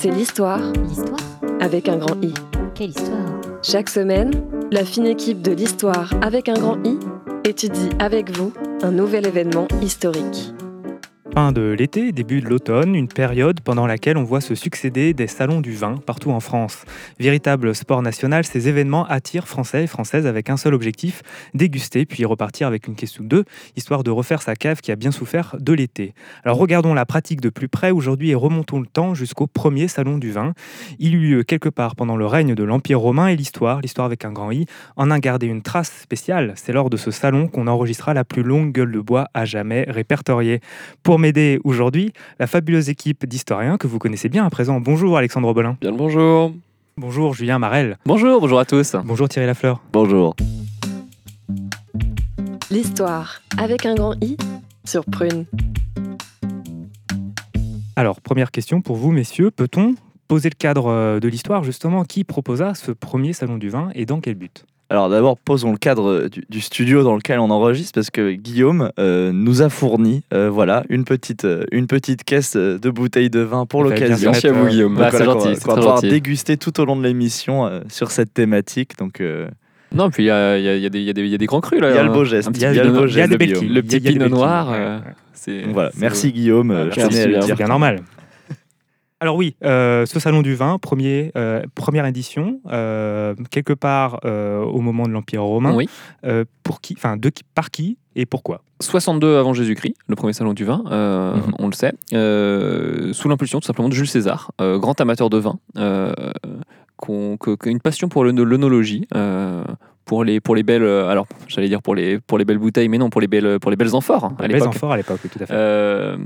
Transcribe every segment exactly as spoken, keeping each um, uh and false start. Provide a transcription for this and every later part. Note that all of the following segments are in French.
C'est l'histoire L'histoire ? avec un grand I. Quelle histoire ? Chaque semaine, la fine équipe de l'histoire avec un grand I étudie avec vous un nouvel événement historique. Fin de l'été, début de l'automne, une période pendant laquelle on voit se succéder des salons du vin partout en France. Véritable sport national, ces événements attirent Français et Françaises avec un seul objectif, déguster puis repartir avec une caisse ou deux, histoire de refaire sa cave qui a bien souffert de l'été. Alors regardons la pratique de plus près aujourd'hui et remontons le temps jusqu'au premier salon du vin. Il eut lieu quelque part pendant le règne de l'Empire romain et l'histoire, l'histoire avec un grand I, en a gardé une trace spéciale. C'est lors de ce salon qu'on enregistrera la plus longue gueule de bois à jamais répertoriée. Pour m'aider aujourd'hui, la fabuleuse équipe d'historiens que vous connaissez bien à présent. Bonjour Alexandre Bolin. Bien le bonjour. Bonjour Julien Marel. Bonjour, bonjour à tous. Bonjour Thierry Lafleur. Bonjour. L'histoire avec un grand I sur Prune. Alors, première question pour vous messieurs, peut-on poser le cadre de l'histoire justement? Qui proposa ce premier salon du vin et dans quel but? Alors d'abord, posons le cadre du, du studio dans lequel on enregistre, parce que Guillaume euh, nous a fourni euh, voilà, une, petite, euh, une petite caisse de bouteilles de vin pour l'occasion. Merci à vous Guillaume. Donc, Bah, voilà, c'est qu'on gentil, va- c'est qu'on va très pouvoir gentil. déguster tout au long de l'émission euh, sur cette thématique. Donc euh, Non, puis il y a, il y, a, il y, a des- il y, a des- il y a des grands crus là. il y a le Un- beau geste. un petit Il y a pinot- le beau Il y a geste des de Guillaume. Belki. Le petit Il y a des pinot Belki, noir. ouais, euh, ouais. c'est- Donc voilà, c'est- merci Guillaume. euh, je Merci, tenais à le Julien. dire. C'est bien normal. Alors oui, euh, ce salon du vin, premier, euh, première édition, euh, quelque part euh, au moment de l'Empire romain. Oui. Euh, pour qui, enfin, de qui, par qui et pourquoi? soixante-deux avant Jésus-Christ, le premier salon du vin, euh, Mhm. on le sait, euh, sous l'impulsion tout simplement de Jules César, euh, grand amateur de vin, euh, qu'on- que- que- une passion pour l'œno- l'œnologie, euh, pour les pour les belles, euh, alors j'allais dire pour les pour les belles bouteilles, mais non pour les belles pour les belles amphores hein, à Les l'époque. amphores à l'époque, oui, tout à fait. Euh,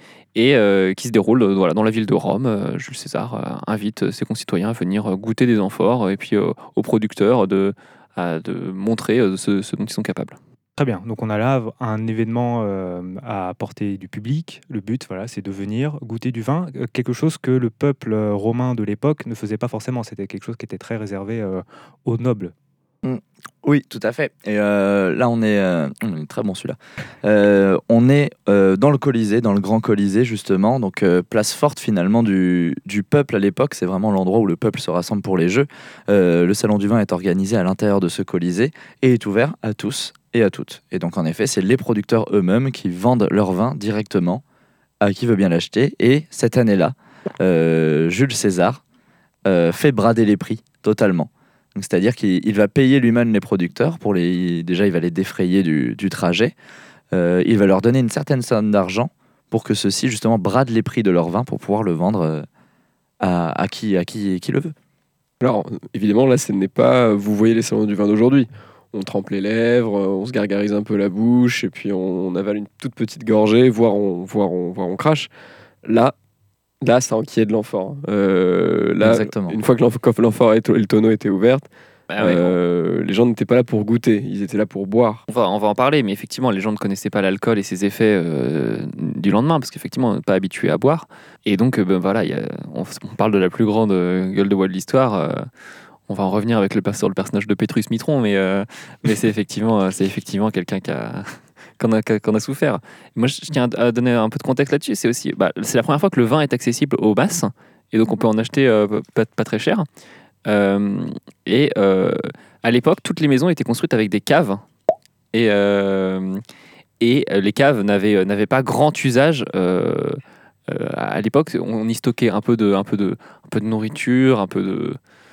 et euh, qui se déroule euh, voilà, dans la ville de Rome. Euh, Jules César euh, invite euh, ses concitoyens à venir euh, goûter des amphores euh, et puis euh, aux producteurs de, à- de montrer euh, ce, ce dont ils sont capables. Très bien, donc on a là un événement euh, à portée du public. Le but, voilà, c'est de venir goûter du vin, euh, quelque chose que le peuple euh, romain de l'époque ne faisait pas forcément. C'était quelque chose qui était très réservé euh, aux nobles. Oui, tout à fait. Et euh, là, on est, euh, on est très bon celui-là. Euh, on est euh, dans le Colisée, dans le Grand Colisée justement, donc euh, place forte finalement du, du peuple à l'époque. C'est vraiment l'endroit où le peuple se rassemble pour les jeux. Euh, le salon du vin est organisé à l'intérieur de ce Colisée et est ouvert à tous et à toutes. Et donc en effet, c'est les producteurs eux-mêmes qui vendent leur vin directement à qui veut bien l'acheter. Et cette année-là, euh, Jules César euh, fait brader les prix totalement. Donc, c'est-à-dire qu'il il va payer lui-même les producteurs. Pour les, déjà, il va les défrayer du, du trajet. Euh, il va leur donner une certaine somme d'argent pour que ceux-ci, justement, bradent les prix de leur vin pour pouvoir le vendre euh, à, à, qui, à qui, qui le veut. Alors, évidemment, là, ce n'est pas, vous voyez les salons du vin d'aujourd'hui. On trempe les lèvres, on se gargarise un peu la bouche, et puis on, on avale une toute petite gorgée, voire on, voire on, voire on crache. Là, là, ça enquillait de l'amphore. Euh, là, Exactement. une fois que l'amphore, que l'amphore et le tonneau étaient ouverts, Bah ouais, euh, les gens n'étaient pas là pour goûter, ils étaient là pour boire. on, va, on va en parler, mais effectivement, les gens ne connaissaient pas l'alcool et ses effets euh, du lendemain, parce qu'effectivement, on n'est pas habitué à boire. Et donc, euh, ben, voilà, il y a- on, on parle de la plus grande euh, gueule de bois de l'histoire. euh, on va en revenir avec le, per- sur le personnage de Pétrus Mitron, mais, euh, mais c'est effectivement, euh, c'est effectivement quelqu'un qui a, qu'on a, qu'on a souffert. Moi, je tiens à donner un peu de contexte là-dessus. C'est aussi, bah, c'est la première fois que le vin est accessible aux masses, et donc on peut en acheter euh, pas, pas très cher. Euh, et euh, à l'époque, toutes les maisons étaient construites avec des caves. Et, euh, et euh, les caves n'avaient, euh, n'avaient pas grand usage. Euh, euh, à l'époque, on y stockait un peu de, un peu de, un peu de nourriture, un peu de,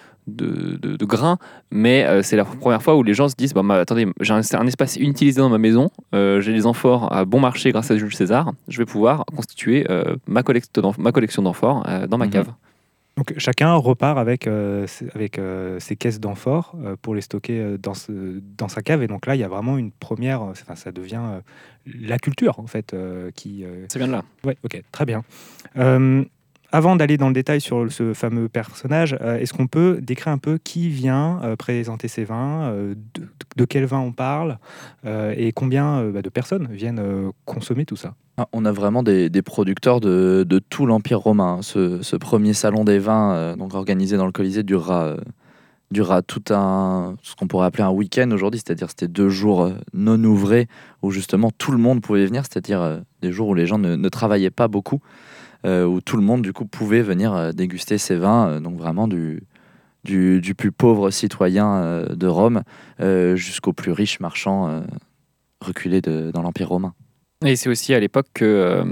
de, de, de grains. Mais euh, c'est la première fois où les gens se disent bah, bah, attendez, j'ai un, un espace inutilisé dans ma maison. Euh, j'ai des amphores à bon marché grâce à Jules César. Je vais pouvoir constituer euh, ma, collecte d'enf- ma collection d'amphores euh, dans ma Mhm. cave. Donc chacun repart avec, euh, ses- avec euh, ses caisses d'amphores euh, pour les stocker euh, dans, ce- dans sa cave. Et donc là, il y a vraiment une première, euh, enfin, ça devient euh, la culture en fait euh, qui... euh, C'est bien de là. Ouais, ok, très bien. Euh, avant d'aller dans le détail sur ce fameux personnage, euh, est-ce qu'on peut décrire un peu qui vient euh, présenter ces vins, euh, de, de quel vin on parle, euh, et combien euh, bah, de personnes viennent euh, consommer tout ça? Ah, on a vraiment des, des producteurs de, de tout l'Empire romain. Ce, ce premier salon des vins, euh, donc organisé dans le Colisée, durera, euh, durera tout un, ce qu'on pourrait appeler un week-end aujourd'hui, c'est-à-dire c'était deux jours euh, non ouvrés où justement tout le monde pouvait venir, c'est-à-dire euh, des jours où les gens ne, ne travaillaient pas beaucoup. euh, où tout le monde du coup pouvait venir euh, déguster ces vins, euh, donc vraiment du, du, du plus pauvre citoyen euh, de Rome euh, jusqu'au plus riche marchand euh, reculé de, dans l'Empire romain. Et c'est aussi à l'époque que, euh,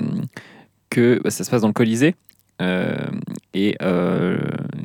que bah, ça se passe dans le Colisée, euh, et euh,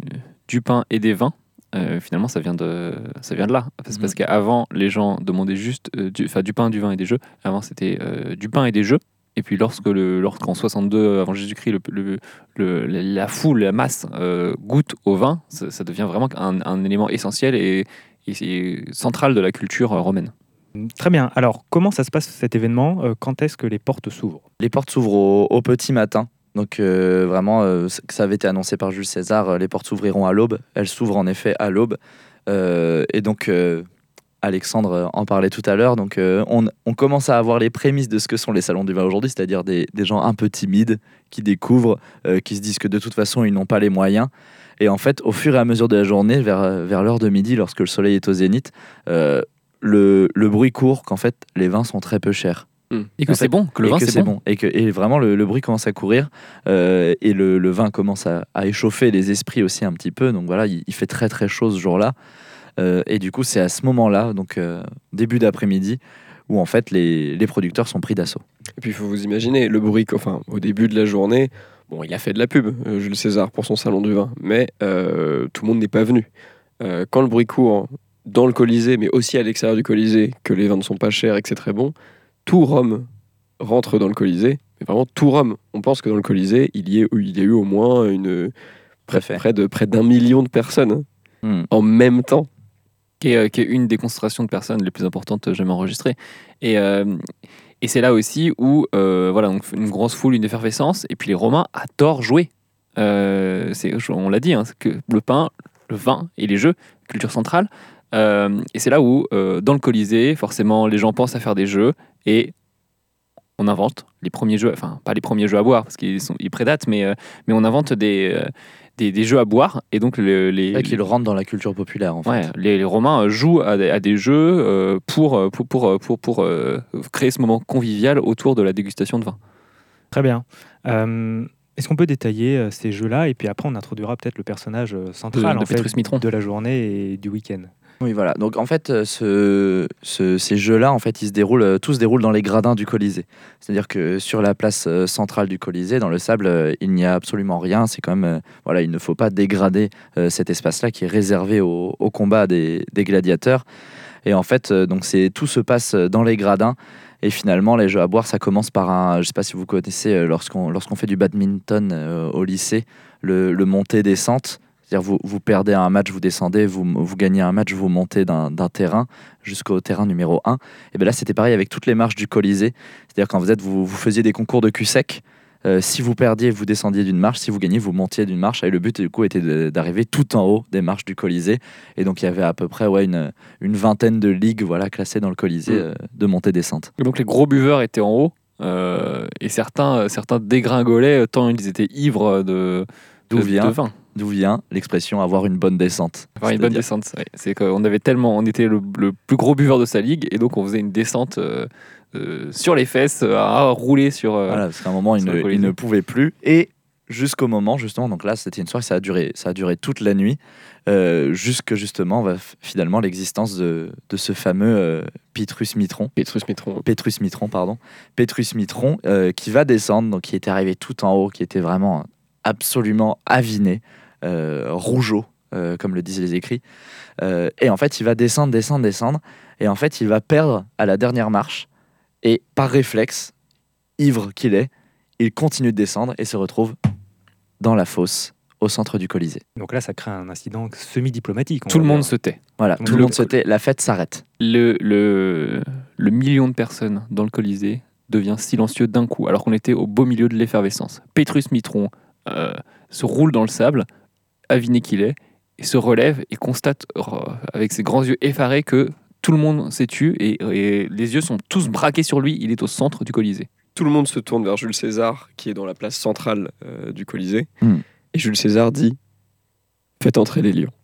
du pain et des vins. Euh, finalement, ça vient de, ça vient de là. C'est parce Mhm. qu'avant, les gens demandaient juste euh, du, enfin, du pain, du vin et des jeux. Avant, c'était euh, du pain et des jeux. Et puis, lorsque le, lorsqu'en soixante-deux avant Jésus-Christ, le, le- le- la foule, la masse euh, goûte au vin, ça, ça devient vraiment un, un élément essentiel et, et c'est central de la culture euh, romaine. Très bien. Alors, comment ça se passe cet événement Euh, Quand est-ce que les portes s'ouvrent? Les portes s'ouvrent au, au petit matin. Donc euh, vraiment, euh, c- ça avait été annoncé par Jules César, euh, les portes s'ouvriront à l'aube. Elles s'ouvrent en effet à l'aube. Euh, et donc, euh, Alexandre euh, en parlait tout à l'heure. Donc euh, on, on commence à avoir les prémices de ce que sont les salons du vin aujourd'hui, c'est-à-dire des, des gens un peu timides qui découvrent, euh, qui se disent que de toute façon, ils n'ont pas les moyens. Et en fait, au fur et à mesure de la journée, vers, euh, vers l'heure de midi, lorsque le soleil est au zénith, euh, le, le bruit court qu'en fait, les vins sont très peu chers. Et que En c'est fait, bon, que le et vin que c'est bon. Et que et vraiment le, le bruit commence à courir euh, et le, le vin commence à, à échauffer les esprits aussi un petit peu. Donc voilà, il, il fait très très chaud ce jour-là. Euh, et du coup, c'est à ce moment-là, donc euh, début d'après-midi, où en fait les, les producteurs sont pris d'assaut. Et puis il faut vous imaginer, le bruit, enfin, au début de la journée, bon, il a fait de la pub, euh, Jules César, pour son salon du vin, mais euh, tout le monde n'est pas venu. Euh, quand le bruit court dans le Colisée, mais aussi à l'extérieur du Colisée, que les vins ne sont pas chers et que c'est très bon, tout Rome rentre dans le Colisée, mais vraiment tout Rome. On pense que dans le Colisée, il y, est, il y a eu au moins une, près, Préfet. près de, près d'un million de personnes hein, Hmm. en même temps. Qui est, euh, qui est une des concentrations de personnes les plus importantes jamais enregistrées. Et, euh, et c'est là aussi où, euh, voilà, on fait une grosse foule, une effervescence, et puis les Romains adorent jouer. Euh, c'est, on l'a dit, hein, c'est que le pain, le vin et les jeux, culture centrale. Euh, et c'est là où, euh, dans le Colisée, forcément, les gens pensent à faire des jeux, et on invente les premiers jeux, enfin, pas les premiers jeux à boire, parce qu'ils sont, ils prédatent, mais, euh, mais on invente des... euh, Des, des jeux à boire, et donc le- les, C'est vrai qu'ils rentrent dans la culture populaire en fait. Ouais, les, les Romains euh, jouent à des, à des jeux euh, pour, euh, pour, pour, euh, pour, pour, euh, créer ce moment convivial autour de la dégustation de vin. Très bien. Euh, Est-ce qu'on peut détailler euh, ces jeux-là et puis après on introduira peut-être le personnage euh, central De- de en fait, Petrus Mitron. de la journée et du week-end. Oui, voilà. Donc en fait, euh, ce, ce- ces jeux-là, en fait, ils se déroulent, euh, tous se déroulent dans les gradins du Colisée. C'est-à-dire que sur la place euh, centrale du Colisée, dans le sable, euh, il n'y a absolument rien. C'est quand même, euh, voilà, il ne faut pas dégrader euh, cet espace-là qui est réservé au, au combat des, des gladiateurs. Et en fait, euh, donc c'est tout se passe dans les gradins. Et finalement, les jeux à boire, ça commence par un. Je ne sais pas si vous connaissez, euh, lorsqu'on lorsqu'on fait du badminton euh, au lycée, le, le montée-descente. C'est-à-dire vous, vous perdez un match, vous descendez, vous, vous gagnez un match, vous montez d'un d'un terrain jusqu'au terrain numéro un. Et bien là, c'était pareil avec toutes les marches du Colisée. C'est-à-dire quand vous, êtes, vous, vous faisiez des concours de cul-sec. Euh, si vous perdiez, vous descendiez d'une marche. Si vous gagniez, vous montiez d'une marche. Et le but, du coup, était de- d'arriver tout en haut des marches du Colisée. Et donc, il y avait à peu près ouais, une, une vingtaine de ligues voilà, classées dans le Colisée Mm. euh, de montée-descente. Et donc les gros buveurs étaient en haut, euh, et certains, certains dégringolaient euh, tant ils étaient ivres de, D'où de, vient de vin. D'où vient l'expression avoir une bonne descente. Avoir une bonne C'est-à-dire- descente. Ouais. C'est qu'on avait tellement, on était le, le plus gros buveur de sa ligue, et donc on faisait une descente euh, euh, sur les fesses, euh, à rouler sur. euh, Voilà, parce qu'à un moment, il sur le ne, Colisée. il ne pouvait plus. Et jusqu'au moment, justement, donc là, c'était une soirée, ça a duré, ça a duré toute la nuit, euh, jusque justement, va, finalement, l'existence de, de ce fameux euh, Petrus Mitron. Petrus Mitron. Petrus Mitron, pardon. Petrus Mitron, euh, qui va descendre, donc qui était arrivé tout en haut, qui était vraiment absolument aviné, euh, rougeau, euh, comme le disent les écrits. Euh, et en fait, il va descendre, descendre, descendre. Et en fait, il va perdre à la dernière marche. Et par réflexe, ivre qu'il est, il continue de descendre et se retrouve dans la fosse, au centre du Colisée. Donc là, ça crée un incident semi-diplomatique. on Tout va le monde dire. se tait. Voilà, Donc tout le le- monde se tait, la fête s'arrête. Le, le, le million de personnes dans le Colisée devient silencieux d'un coup, alors qu'on était au beau milieu de l'effervescence. Petrus Mitron euh, se roule dans le sable, aviné qu'il est, et se relève et constate euh, avec ses grands yeux effarés que tout le monde s'est tu et, et les yeux sont tous braqués sur lui. Il est au centre du Colisée. Tout le monde se tourne vers Jules César, qui est dans la place centrale euh, du Colisée. Hmm. Et Jules César dit « Faites entrer les lions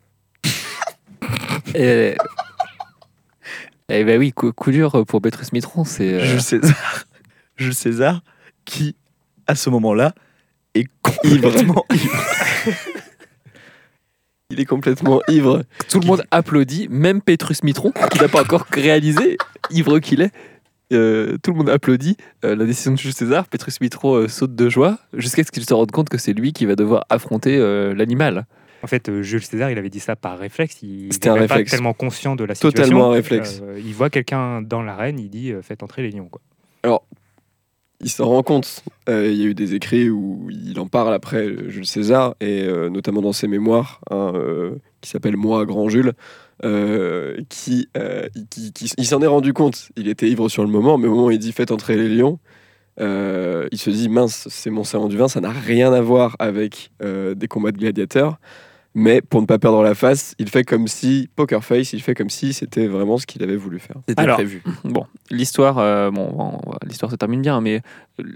Et, et ben oui, coup, coup dur pour Petrus Mitron, c'est. euh, Jules César, Jules César, qui, à ce moment-là, est complètement ivre. Il est complètement ivre. Tout le monde applaudit, même Petrus Mitron, qui n'a pas encore réalisé, ivre qu'il est. Euh, tout le monde applaudit euh, la décision de Jules César. Petrus Mitron euh, saute de joie jusqu'à ce qu'il se rende compte que c'est lui qui va devoir affronter euh, l'animal. En fait, euh, Jules César, il avait dit ça par réflexe. Il C'était un n'était pas réflexe. tellement conscient de la situation. Totalement un réflexe. Euh, il voit quelqu'un dans l'arène, il dit euh, faites entrer les lions, quoi. Alors, il s'en rend compte. Euh, il y a eu des écrits où il en parle après, Jules César, et euh, notamment dans ses mémoires, hein, euh, qui s'appelle Moi, Grand Jules, euh, qui, euh, qui, qui- il s'en est rendu compte. Il était ivre sur le moment, mais au moment où il dit faites entrer les lions, euh, il se dit mince, c'est mon salon du vin, ça n'a rien à voir avec euh, des combats de gladiateurs. Mais pour ne pas perdre la face, il fait comme si, poker face, il fait comme si c'était vraiment ce qu'il avait voulu faire. C'était Alors, prévu. Bon, l'histoire, euh, bon, on va- l'histoire se termine bien, mais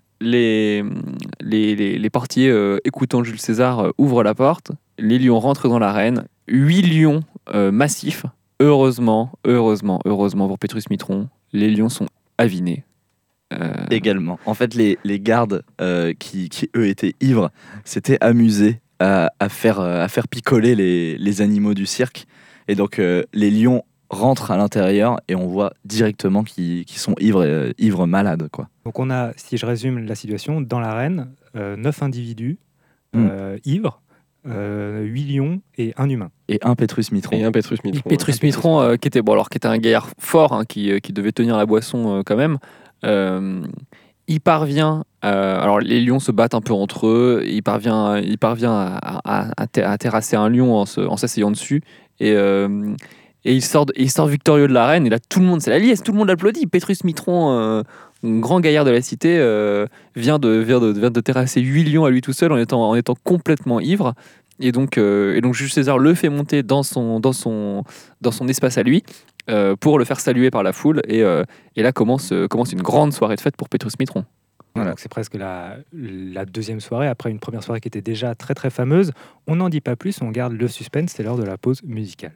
les, les, les, les portiers euh, écoutant Jules César euh, ouvrent la porte, les lions rentrent dans l'arène, huit lions euh, massifs. Heureusement, heureusement, heureusement pour Petrus Mitron, les lions sont avinés. Euh, Également. En fait, les, les gardes euh, qui, qui, eux, étaient ivres, s'étaient amusés à, à, faire, euh, à faire picoler les, les animaux du cirque. Et donc, euh, les lions rentrent à l'intérieur et on voit directement qu'ils qu'ils sont ivres, euh, ivres malades, quoi. Donc on a, si je résume la situation, dans l'arène, euh, neuf individus Mm. euh, ivres, euh, huit lions et un humain. Et un Petrus Mitron. Et un Petrus Mitron. Petrus Mitron, euh, qui était bon, alors qui était un gaillard fort, hein, qui, euh, qui devait tenir la boisson euh, quand même. Euh, il parvient. euh, alors les lions se battent un peu entre eux. Il parvient, il parvient à, à- à ter- à terrasser un lion en, se- en s'asseyant dessus et euh, et il sort, de- il sort victorieux de l'arène. Et là, tout le monde, c'est la liesse, tout le monde applaudit. Petrus Mitron, euh, un grand gaillard de la cité, euh, vient de vient de vient de terrasser huit lions à lui tout seul en étant en étant complètement ivre. Et donc, euh, et donc Jules César le fait monter dans son, dans son, dans son espace à lui euh, pour le faire saluer par la foule. Et, euh, et là commence, euh, commence une grande soirée de fête pour Petrus Mitron. Voilà, donc c'est presque la, la deuxième soirée, après une première soirée qui était déjà très très fameuse. On n'en dit pas plus, on garde le suspense, c'est l'heure de la pause musicale.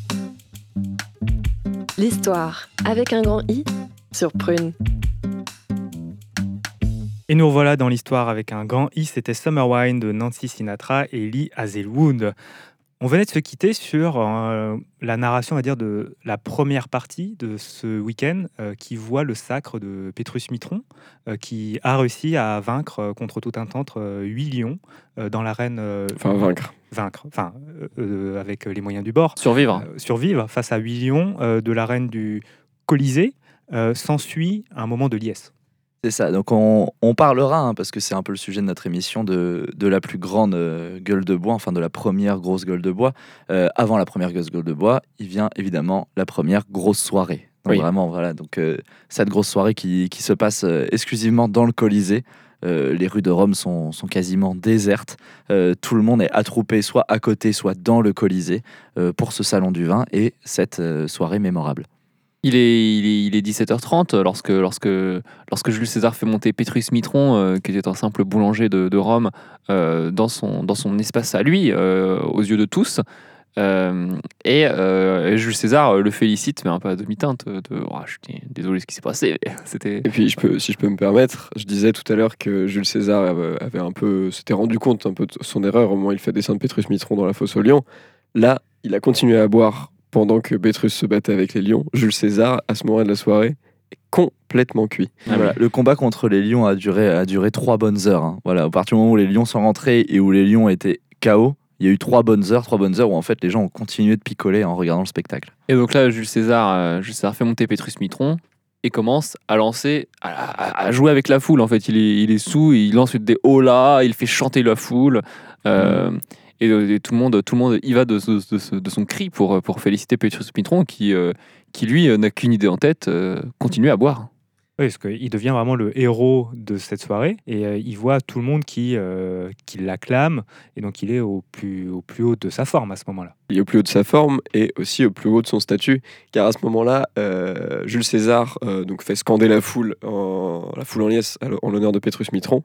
L'histoire avec un grand I sur Prune. Et nous revoilà dans l'histoire avec un grand I, c'était Summer Wine de Nancy Sinatra et Lee Hazelwood. On venait de se quitter sur euh, la narration, on va dire, de la première partie de ce week-end euh, qui voit le sacre de Petrus Mitron, euh, qui a réussi à vaincre euh, contre toute attente euh, huit lions euh, dans l'arène. euh, Enfin, vaincre. Vaincre, enfin, euh, euh, avec les moyens du bord. Survivre. Euh, survivre face à huit lions euh, de l'arène du Colisée. Euh, s'ensuit un moment de liesse. C'est ça, donc on, on parlera, hein, parce que c'est un peu le sujet de notre émission, de, de la plus grande euh, gueule de bois, enfin de la première grosse gueule de bois. Euh, avant la première grosse gueule de bois, il vient évidemment la première grosse soirée. Donc Oui. vraiment, voilà, donc euh, cette grosse soirée qui, qui se passe euh, exclusivement dans le Colisée. Euh, les rues de Rome sont, sont quasiment désertes. Euh, tout le monde est attroupé soit à côté, soit dans le Colisée euh, pour ce salon du vin et cette euh, soirée mémorable. Il est, il est, il est dix-sept heures trente lorsque, lorsque, lorsque Jules César fait monter Petrus Mitron, euh, qui était un simple boulanger de, de Rome, euh, dans, son, dans son espace à lui, euh, aux yeux de tous. Euh, et euh, Jules César le félicite, mais un peu à demi-teinte. De, oh, je suis désolé de ce qui s'est passé. mais C'était... Et puis, je peux, si je peux me permettre, je disais tout à l'heure que Jules César avait, avait un peu, s'était rendu compte un peu de son erreur au moment où il fait descendre Petrus Mitron dans la fosse aux lions. Là, il a continué à boire pendant que Petrus se battait avec les lions. Jules César, à ce moment de la soirée, est complètement cuit. Ah, voilà. Le combat contre les lions a duré, a duré trois bonnes heures. Hein. Voilà, à partir du moment où les lions sont rentrés et où les lions étaient K O, il y a eu trois bonnes heures, trois bonnes heures où en fait les gens ont continué de picoler en regardant le spectacle. Et donc là, Jules César, euh, Jules César fait monter Petrus Mitron et commence à lancer, à, à- à jouer avec la foule. En fait, il est, il est sous, il lance des hola, il fait chanter la foule. euh, et, et tout le monde, tout le monde y va de, de, de- de son cri pour, pour féliciter Petrus Mitron, qui, euh, qui lui euh, n'a qu'une idée en tête, euh, continuer à boire. Oui, parce qu'il devient vraiment le héros de cette soirée et euh, il voit tout le monde qui, euh, qui l'acclame et donc il est au plus, au plus haut de sa forme à ce moment-là. Il est au plus haut de sa forme et aussi au plus haut de son statut, car à ce moment-là, euh, Jules César euh, donc fait scander la foule en, la foule en liesse en l'honneur de Petrus Mitron,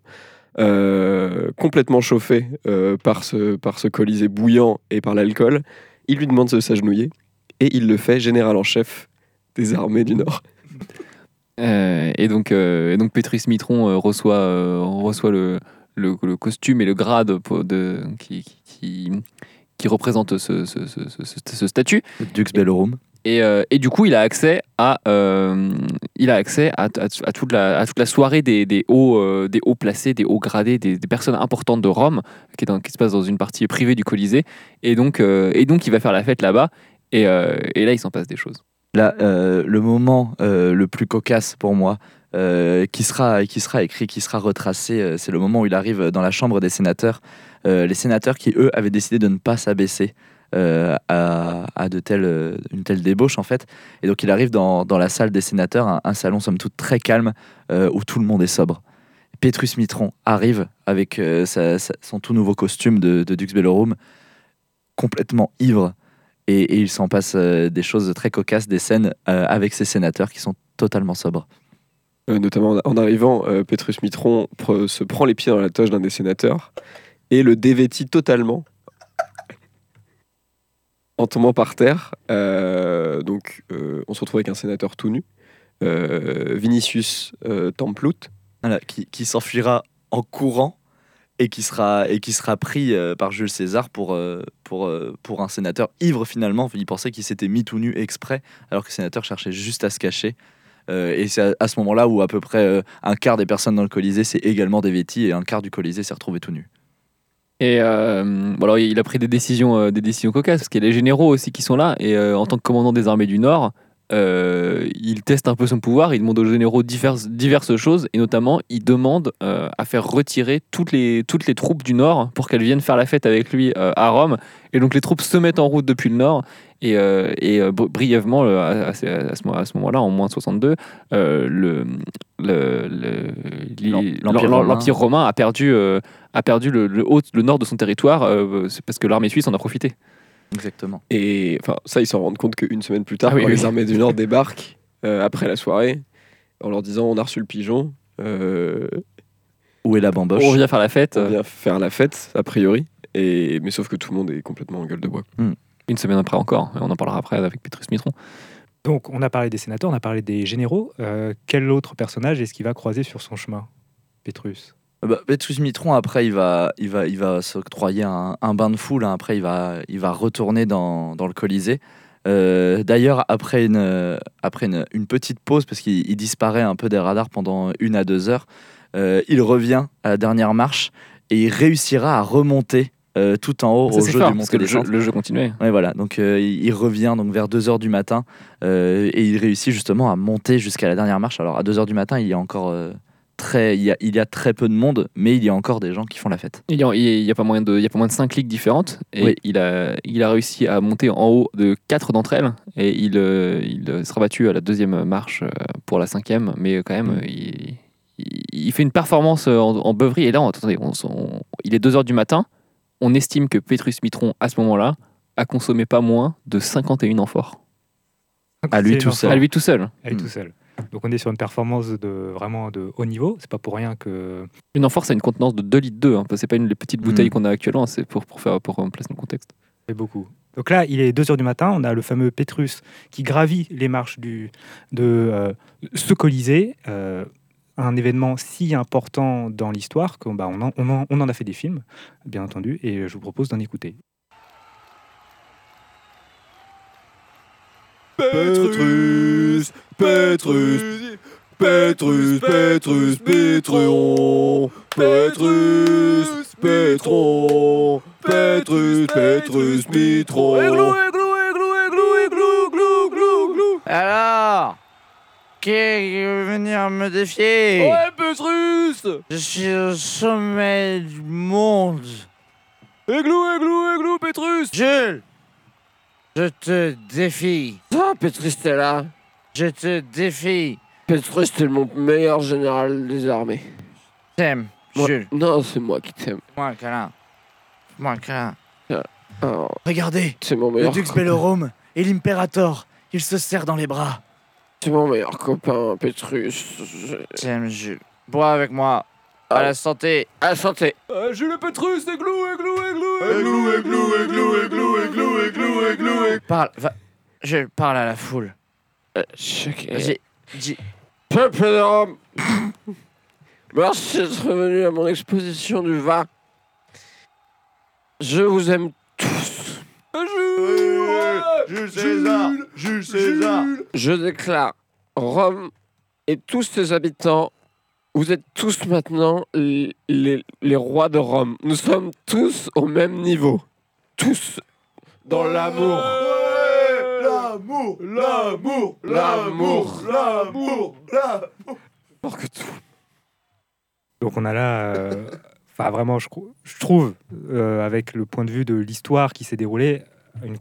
euh, complètement chauffé euh, par, ce, par ce colisée bouillant et par l'alcool. Il lui demande de s'agenouiller et il le fait général en chef des armées du Nord. Euh, et, donc, euh, et donc Petrus Mitron euh, reçoit, euh, reçoit le, le, le costume et le grade pour- de, qui, qui, qui, qui représente ce, ce, ce, ce, ce- ce statut. Dux Bellorum. Et, euh, et du coup, il a accès à, euh, il a accès à, à, à toute, la, à toute la soirée des, des, hauts, euh, des hauts placés, des hauts gradés, des, des personnes importantes de Rome, qui, est dans- qui se passe dans une partie privée du Colisée. Et donc, euh, et donc il va faire la fête là-bas. Et, euh, et là, il s'en passe des choses. Là, euh, le moment euh, le plus cocasse pour moi, euh, qui, sera, qui sera écrit, qui sera retracé, euh, c'est le moment où il arrive dans la chambre des sénateurs. Euh, les sénateurs qui, eux, avaient décidé de ne pas s'abaisser euh, à, à de telles, euh, une telle débauche, en fait. Et donc, il arrive dans, dans la salle des sénateurs, un, un salon, somme toute, très calme, euh, où tout le monde est sobre. Petrus Mitron arrive avec euh, sa- sa- son tout nouveau costume de, de Dux Bellorum, complètement ivre. Et, et il s'en passe euh, des choses très cocasses, des scènes euh, avec ses sénateurs qui sont totalement sobres. Euh, notamment en- en arrivant, euh, Petrus Mitron pre- se prend les pieds dans la toge d'un des sénateurs et le dévêtit totalement en tombant par terre. Euh, donc, euh, on se retrouve avec un sénateur tout nu, euh, Vinicius euh, Templut. Voilà, qui, qui s'enfuira en courant et qui sera, et qui sera pris euh, par Jules César pour, euh, pour, euh, pour un sénateur ivre finalement. Il pensait qu'il s'était mis tout nu exprès, alors que le sénateur cherchait juste à se cacher. Euh, et c'est à, à ce moment-là où à peu près euh, un quart des personnes dans le Colisée s'est également dévêti et un quart du Colisée s'est retrouvé tout nu. Et euh, bon, alors, il a pris des décisions, euh, des décisions cocasses, parce qu'il y a les généraux aussi qui sont là. Et euh, en tant que commandant des armées du Nord, euh, il teste un peu son pouvoir. Il demande aux généraux diverses, diverses choses. Et notamment, il demande euh, à faire retirer toutes les, toutes les troupes du Nord pour qu'elles viennent faire la fête avec lui euh, à Rome. Et donc, les troupes se mettent en route depuis le Nord. Et, euh, et euh, bri- brièvement, euh, à, à ce, à ce mo- à ce moment-là, en moins soixante-deux, euh, le, le, le- L'em- li- l'Empire l'em- romain. l'Empire romain a perdu, euh, a perdu le, le, haut, le nord de son territoire euh, c'est parce que l'armée suisse en a profité. Exactement. Et enfin, ça, ils s'en rendent compte qu'une semaine plus tard, Ah oui, quand oui. les armées du Nord débarquent euh, après la soirée, en leur disant on a reçu le pigeon, euh, Où est la bamboche? On vient faire la fête. on vient faire la fête, a priori. Et, mais sauf que tout le monde est complètement en gueule de bois. Une semaine après encore, et on en parlera après avec Petrus Mitron. Donc, on a parlé des sénateurs, on a parlé des généraux. Euh, quel autre personnage est-ce qu'il va croiser sur son chemin, Petrus? Euh, bah, Petrus Mitron, après, il va, il va, il va s'octroyer un, un bain de foule. Hein. Après, il va, il va retourner dans, dans le Colisée. Euh, D'ailleurs, après, une, euh, après une, une petite pause, parce qu'il il disparaît un peu des radars pendant une à deux heures, euh, il revient à la dernière marche et il réussira à remonter euh, tout en haut Ça, au c'est jeu fort, du parce que le jeu, monté-descente. le jeu continuait. Ouais, voilà. Donc, euh, il, il revient donc vers deux heures du matin euh, et il réussit justement à monter jusqu'à la dernière marche. Alors, à deux heures du matin, il y a encore euh, très, il y a, il y a très peu de monde, mais il y a encore des gens qui font la fête. Il y a, il y a pas moyen de, il y a pas moins de cinq ligues différentes, et Oui. il, a, il a réussi à monter en haut de quatre d'entre elles, et il, euh, il sera battu à la deuxième marche euh, pour la cinquième, mais quand même, Mm. euh, il, il, il fait une performance en, en beuverie, et là, on, attendez, on, on- il est deux heures du matin, on estime que Petrus Mitron, à ce moment-là, a consommé pas moins de cinquante et un amphores. À lui C'est tout une seul. À lui tout seul. À lui Mm. tout seul. Donc, on est sur une performance de, vraiment de haut niveau. C'est pas pour rien que. Une amphore, c'est une contenance de deux litres d'eau, hein, c'est pas une les petites bouteilles Mm. qu'on a actuellement, c'est pour, pour, faire, pour placer dans le contexte. C'est beaucoup. Donc là, il est deux heures du matin, on a le fameux Pétrus qui gravit les marches du, de euh, ce Colisée, euh, un événement si important dans l'histoire qu'on bah, on, en, on, en, on en a fait des films, bien entendu, et je vous propose d'en écouter. Petrus, Petrus, Petrus, Petrus, Pétron, Petrus, Pétron, Petrus, Petrus, Mitron. Alors, qui veut venir me défier? Ouais, Petrus! Je suis au sommet du monde. Églou, églou, églou, Petrus! Jules, je te défie. Ah, Petrus, t'es là. Je te défie. Petrus, t'es mon meilleur général des armées. T'aimes, Moi- Jules. Non, c'est moi qui t'aime. Moi un câlin. Moi un câlin. Oh, Regardez, c'est mon le meilleur. Dux Bellorum et l'Imperator. Il se serre dans les bras. C'est mon meilleur copain, Petrus. Je- T'aimes, Jules. Bois avec moi. À la santé. À la santé. Ah, Jules Petrus, églou, églou, églou, Églou, églou, églou, églou, églou, églou, églou. Parle, va. Je parle à la foule. Euh, chaque- Vas-y, dis. Peuple de Rome, Merci d'être venu à mon exposition du vin. Je vous aime tous. Jules César, Jules César. Je déclare Rome et tous ses habitants, vous êtes tous maintenant les, les, les rois de Rome. Nous sommes tous au même niveau. Tous dans l'amour. L'amour, l'amour, L'amour. l'amour, l'amour. Pour que tout. Donc on a là, euh, enfin vraiment, je, cro- je trouve, euh, avec le point de vue de l'histoire qui s'est déroulée, une-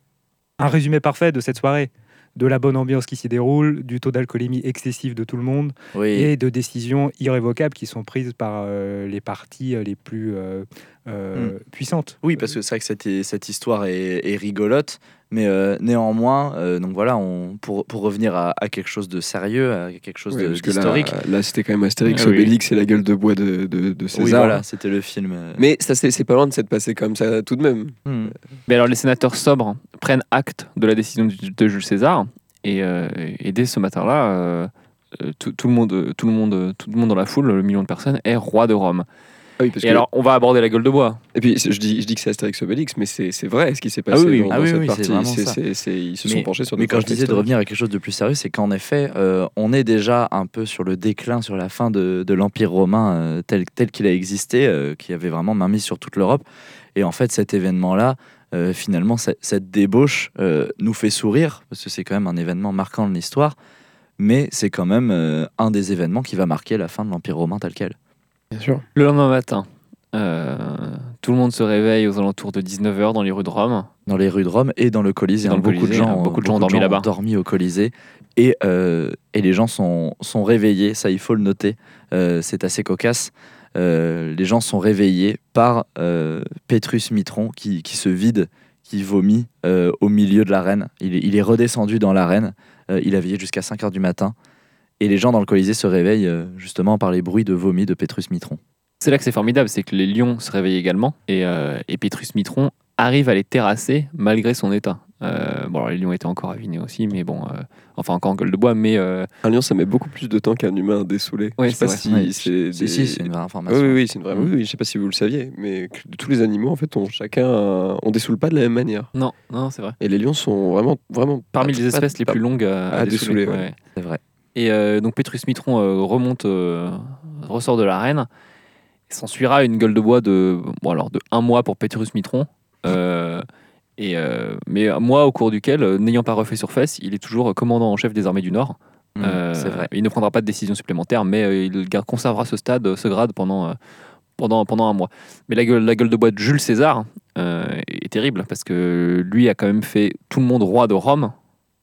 un résumé parfait de cette soirée, de la bonne ambiance qui s'y déroule, du taux d'alcoolémie excessif de tout le monde Oui, et de décisions irrévocables qui sont prises par euh, les parties euh, les plus euh, euh, puissantes. oui, parce que c'est vrai que cette, cette histoire est, est rigolote, mais euh, néanmoins, euh, donc voilà, on, pour, pour revenir à, à quelque chose de sérieux, à quelque chose Ouais, de- parce que là, d'historique. là, c'était quand même Astérix, Ah oui. Obélix et la gueule de bois de, de, de César. Oui, voilà, c'était le film. euh, Mais ça, c'est c'est pas loin de s'être passé comme ça tout de même. hmm. Mais alors les sénateurs sobres prennent acte de la décision du- de Jules César et, euh, et dès ce matin-là, euh, euh, tout, tout le monde, tout le monde, tout le monde dans la foule, le million de personnes, est roi de Rome. Ah oui, parce Et que- alors on va aborder la gueule de bois. Et puis je dis, je dis que c'est Astérix Obélix, mais c'est c'est vrai ce qui s'est passé oui, oui, dans, oui. dans Ah oui, cette oui, c'est partie. vraiment C'est- ça. c'est- c'est- ils se Mais- sont penchés sur Mais des quand je faits disais de historiques. revenir à quelque chose de plus sérieux, c'est qu'en effet, euh, on est déjà un peu sur le déclin, sur la fin de, de l'Empire romain euh, tel, tel qu'il a existé, euh, qui avait vraiment mainmise sur toute l'Europe. Et en fait, cet événement-là, euh, finalement, cette, cette débauche euh, nous fait sourire, parce que c'est quand même un événement marquant de l'histoire, mais c'est quand même euh, un des événements qui va marquer la fin de l'Empire romain tel quel. Bien sûr. Le lendemain matin, euh, tout le monde se réveille aux alentours de dix-neuf heures dans les rues de Rome. Dans les rues de Rome et dans le Colisée. Et dans hein. le beaucoup, Colisée, de gens, hein, beaucoup de gens ont dormi ont là-bas. dormi au Colisée. Et, euh, et les gens sont, sont réveillés, ça il faut le noter, euh, c'est assez cocasse. Euh, les gens sont réveillés par euh, Petrus Mitron qui, qui se vide, qui vomit euh, au milieu de l'arène. Il est, il est redescendu dans l'arène, euh, il a veillé jusqu'à cinq heures du matin. Et les gens dans le Colisée se réveillent euh, justement par les bruits de vomi de Petrus Mitron. C'est là que c'est formidable, c'est que les lions se réveillent également et, euh, et Petrus Mitron arrive à les terrasser malgré son état. Euh, bon, alors, les lions étaient encore avinés aussi, mais bon, euh, enfin encore en gueule de bois, mais euh, Un lion, ça met beaucoup plus de temps qu'un humain dessoulé. Ouais, je sais pas c'est si Oui, c'est Si, des- si, c'est une vraie Oui, information. oui, oui, c'est une vraie. Mm. Oui, oui, je sais pas si vous le saviez, mais que tous les animaux, en fait, ont chacun, un- on dessoule pas de la même manière. non, non, c'est vrai. Et les lions sont vraiment, vraiment Parmi pas- les pas- espèces les pas- plus longues à, à dessouler, ouais. ouais. C'est vrai. Et euh, donc Petrus Mitron euh, remonte, euh, ressort de l'arène. Il s'ensuira une gueule de bois de, bon, alors de un mois pour Petrus Mitron. Euh, et, euh, mais un mois au cours duquel, euh, n'ayant pas refait surface, il est toujours commandant en chef des armées du Nord. Mm, Euh, c'est vrai. Il ne prendra pas de décision supplémentaire, mais euh, il garde- conservera ce stade, ce grade pendant, euh, pendant, pendant un mois. Mais la gueule, la gueule de bois de Jules César euh, est terrible parce que lui a quand même fait tout le monde roi de Rome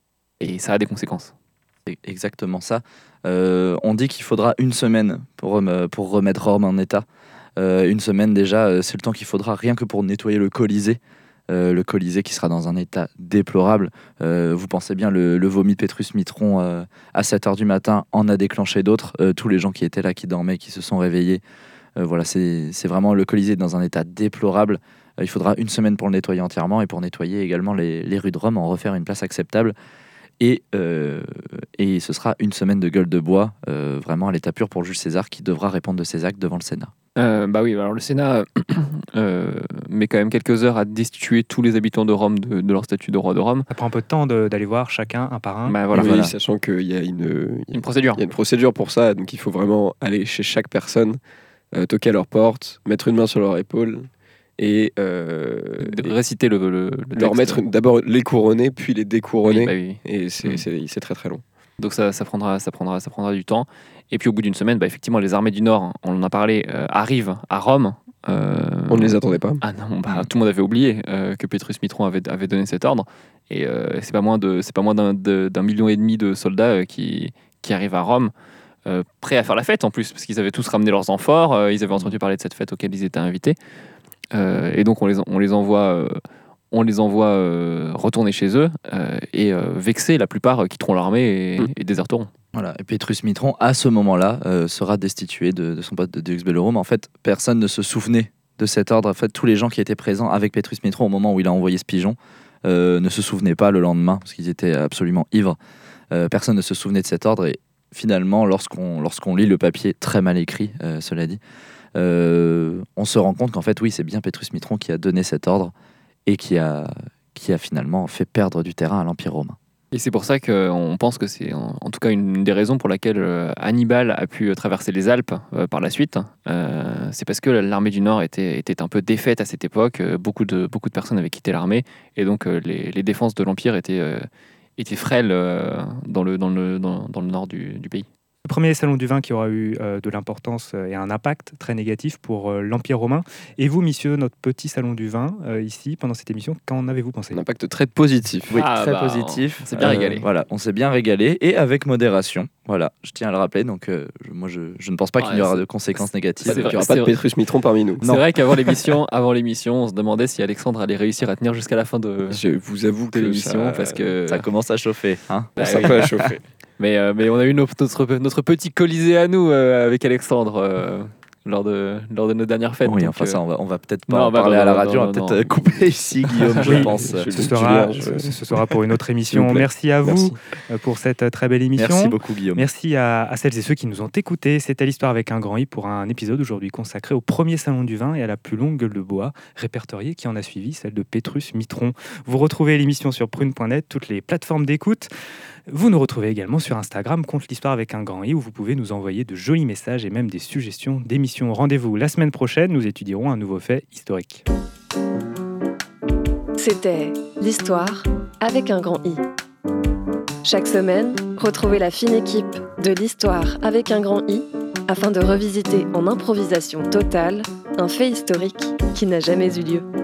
et ça a des conséquences. C'est exactement ça. Euh, on dit qu'il faudra une semaine pour, rem- pour remettre Rome en état. Euh, une semaine déjà, euh, c'est le temps qu'il faudra rien que pour nettoyer le Colisée. Euh, le Colisée qui sera dans un état déplorable. Euh, vous pensez bien, le, le vomi de Petrus Mitron euh, à sept heures du matin en a déclenché d'autres. Euh, tous les gens qui étaient là, qui dormaient, qui se sont réveillés. Euh, voilà, c'est c'est vraiment le Colisée dans un état déplorable. Euh, il faudra une semaine pour le nettoyer entièrement et pour nettoyer également les, les rues de Rome, en refaire une place acceptable. Et, euh, et ce sera une semaine de gueule de bois, euh, vraiment à l'état pur pour Jules César qui devra répondre de ses actes devant le Sénat. Euh, bah oui, alors le Sénat euh, met quand même quelques heures à destituer tous les habitants de Rome de, de leur statut de roi de Rome. Ça prend un peu de temps de- d'aller voir chacun un par un. Bah voilà, Oui, voilà. sachant qu'il y a une, une procédure. il y a une procédure pour ça, donc il faut vraiment aller chez chaque personne, euh, toquer à leur porte, mettre une main sur leur épaule et, euh, De et réciter le, le, le leur texte. mettre une- d'abord les couronner, puis les découronner. Oui, bah oui. Et c'est Mm. c'est- c'est très très long. Donc ça, ça, prendra, ça, prendra, ça prendra du temps. Et puis au bout d'une semaine, bah, effectivement, les armées du Nord, on en a parlé, euh, arrivent à Rome. Euh, On ne les attendait pas. Ah non, bah, tout le monde avait oublié euh, que Petrus Mitron avait, avait donné cet ordre. Et euh, c'est pas moins de, c'est pas moins d'un, de- d'un million et demi de soldats euh, qui, qui arrivent à Rome, euh, prêts à faire la fête en plus, parce qu'ils avaient tous ramené leurs amphores, euh, ils avaient entendu parler de cette fête auquel ils étaient invités. Euh, et donc on les, on les envoie, euh, on les envoie euh, retourner chez eux euh, et euh, vexés, la plupart euh, quitteront l'armée et, Mm. et déserteront. Voilà. Et Petrus Mitron, à ce moment-là, euh, sera destitué de, de son poste de Deux Bellorum. En fait, personne ne se souvenait de cet ordre. En fait, tous les gens qui étaient présents avec Petrus Mitron au moment où il a envoyé ce pigeon euh, ne se souvenaient pas le lendemain, parce qu'ils étaient absolument ivres. Euh, personne ne se souvenait de cet ordre et finalement, lorsqu'on, lorsqu'on lit le papier, très mal écrit, euh, cela dit, euh, on se rend compte qu'en fait, oui, c'est bien Petrus Mitron qui a donné cet ordre et qui a, qui a finalement fait perdre du terrain à l'Empire romain. Et c'est pour ça qu'on pense que c'est en, en tout cas une des raisons pour laquelle euh, Hannibal a pu traverser les Alpes euh, par la suite. Euh, c'est parce que l'armée du Nord était, était un peu défaite à cette époque. Euh, beaucoup, de, beaucoup de personnes avaient quitté l'armée et donc euh, les, les défenses de l'Empire étaient, euh, étaient frêles euh, dans, le, dans, le, dans, dans le nord du, du pays. Le premier salon du vin qui aura eu euh, de l'importance euh, et un impact très négatif pour euh, l'Empire romain. Et vous, messieurs, notre petit salon du vin, euh, ici, pendant cette émission, qu'en avez-vous pensé ? Un impact très positif. Oui, Ah, très bah, positif. on s'est bien régalé. Voilà, on s'est bien régalé et avec modération. Voilà, je tiens à le rappeler. Donc, euh, je- moi, je, je ne pense pas qu'il y Ouais, aura c'est- de conséquences c'est négatives. vrai. Il n'y aura c'est pas de vrai. Petrus Mitron parmi nous. C'est vrai qu'avant l'émission, avant l'émission, on se demandait si Alexandre allait réussir à tenir jusqu'à la fin de, Je vous avoue de que l'émission ça, parce que Ça commence à chauffer. Hein. Bah ça oui. peut chauffer. Mais, euh, mais on a eu notre, notre, notre petit colisée à nous euh, avec Alexandre euh, lors, de, lors de nos dernières fêtes. Oui, donc, enfin, euh, ça, on va, on va peut-être pas non, en bah, parler non, à la non, radio. non, on va non, peut-être euh, couper ici, Guillaume, je Oui, pense. je- Ce Julien, sera, je- ce, ce sera pour une autre S'il vous émission. plaît. Merci à vous Merci. euh, pour cette euh, très belle émission. Merci beaucoup, Guillaume. Merci à, à celles et ceux qui nous ont écoutés. C'était l'histoire avec un grand I pour un épisode aujourd'hui consacré au premier salon du vin et à la plus longue gueule de bois répertoriée qui en a suivi, celle de Petrus Mitron. Vous retrouvez l'émission sur prune point net, toutes les plateformes d'écoute. Vous nous retrouvez également sur Instagram, compte l'histoire avec un grand I, où vous pouvez nous envoyer de jolis messages et même des suggestions d'émissions. Rendez-vous la semaine prochaine, nous étudierons un nouveau fait historique. C'était l'histoire avec un grand I. Chaque semaine, retrouvez la fine équipe de l'histoire avec un grand I afin de revisiter en improvisation totale un fait historique qui n'a jamais eu lieu.